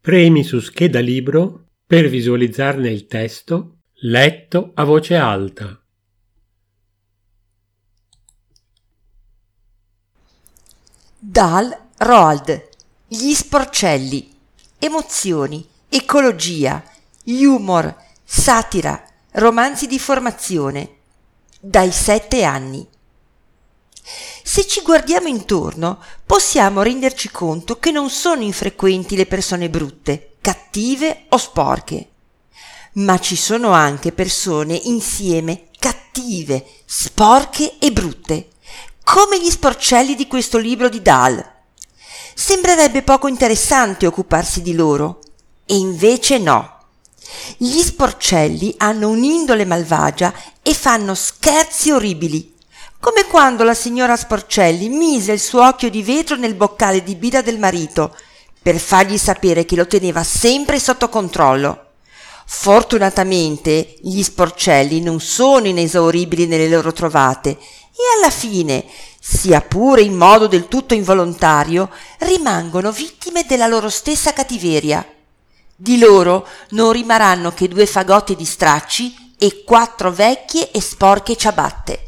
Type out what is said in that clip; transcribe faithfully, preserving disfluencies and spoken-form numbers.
Premi su scheda libro per visualizzarne il testo letto a voce alta. Dahl Roald, Gli sporcelli, emozioni, ecologia, humor, satira, romanzi di formazione, dai sette anni. Se ci guardiamo intorno, possiamo renderci conto che non sono infrequenti le persone brutte, cattive o sporche, ma ci sono anche persone insieme cattive, sporche e brutte, come gli sporcelli di questo libro di Dahl. Sembrerebbe poco interessante occuparsi di loro, e invece no. Gli sporcelli hanno un'indole malvagia e fanno scherzi orribili, come quando la signora Sporcelli mise il suo occhio di vetro nel boccale di birra del marito per fargli sapere che lo teneva sempre sotto controllo. Fortunatamente gli sporcelli non sono inesauribili nelle loro trovate e alla fine, sia pure in modo del tutto involontario, rimangono vittime della loro stessa cattiveria. Di loro non rimarranno che due fagotti di stracci e quattro vecchie e sporche ciabatte.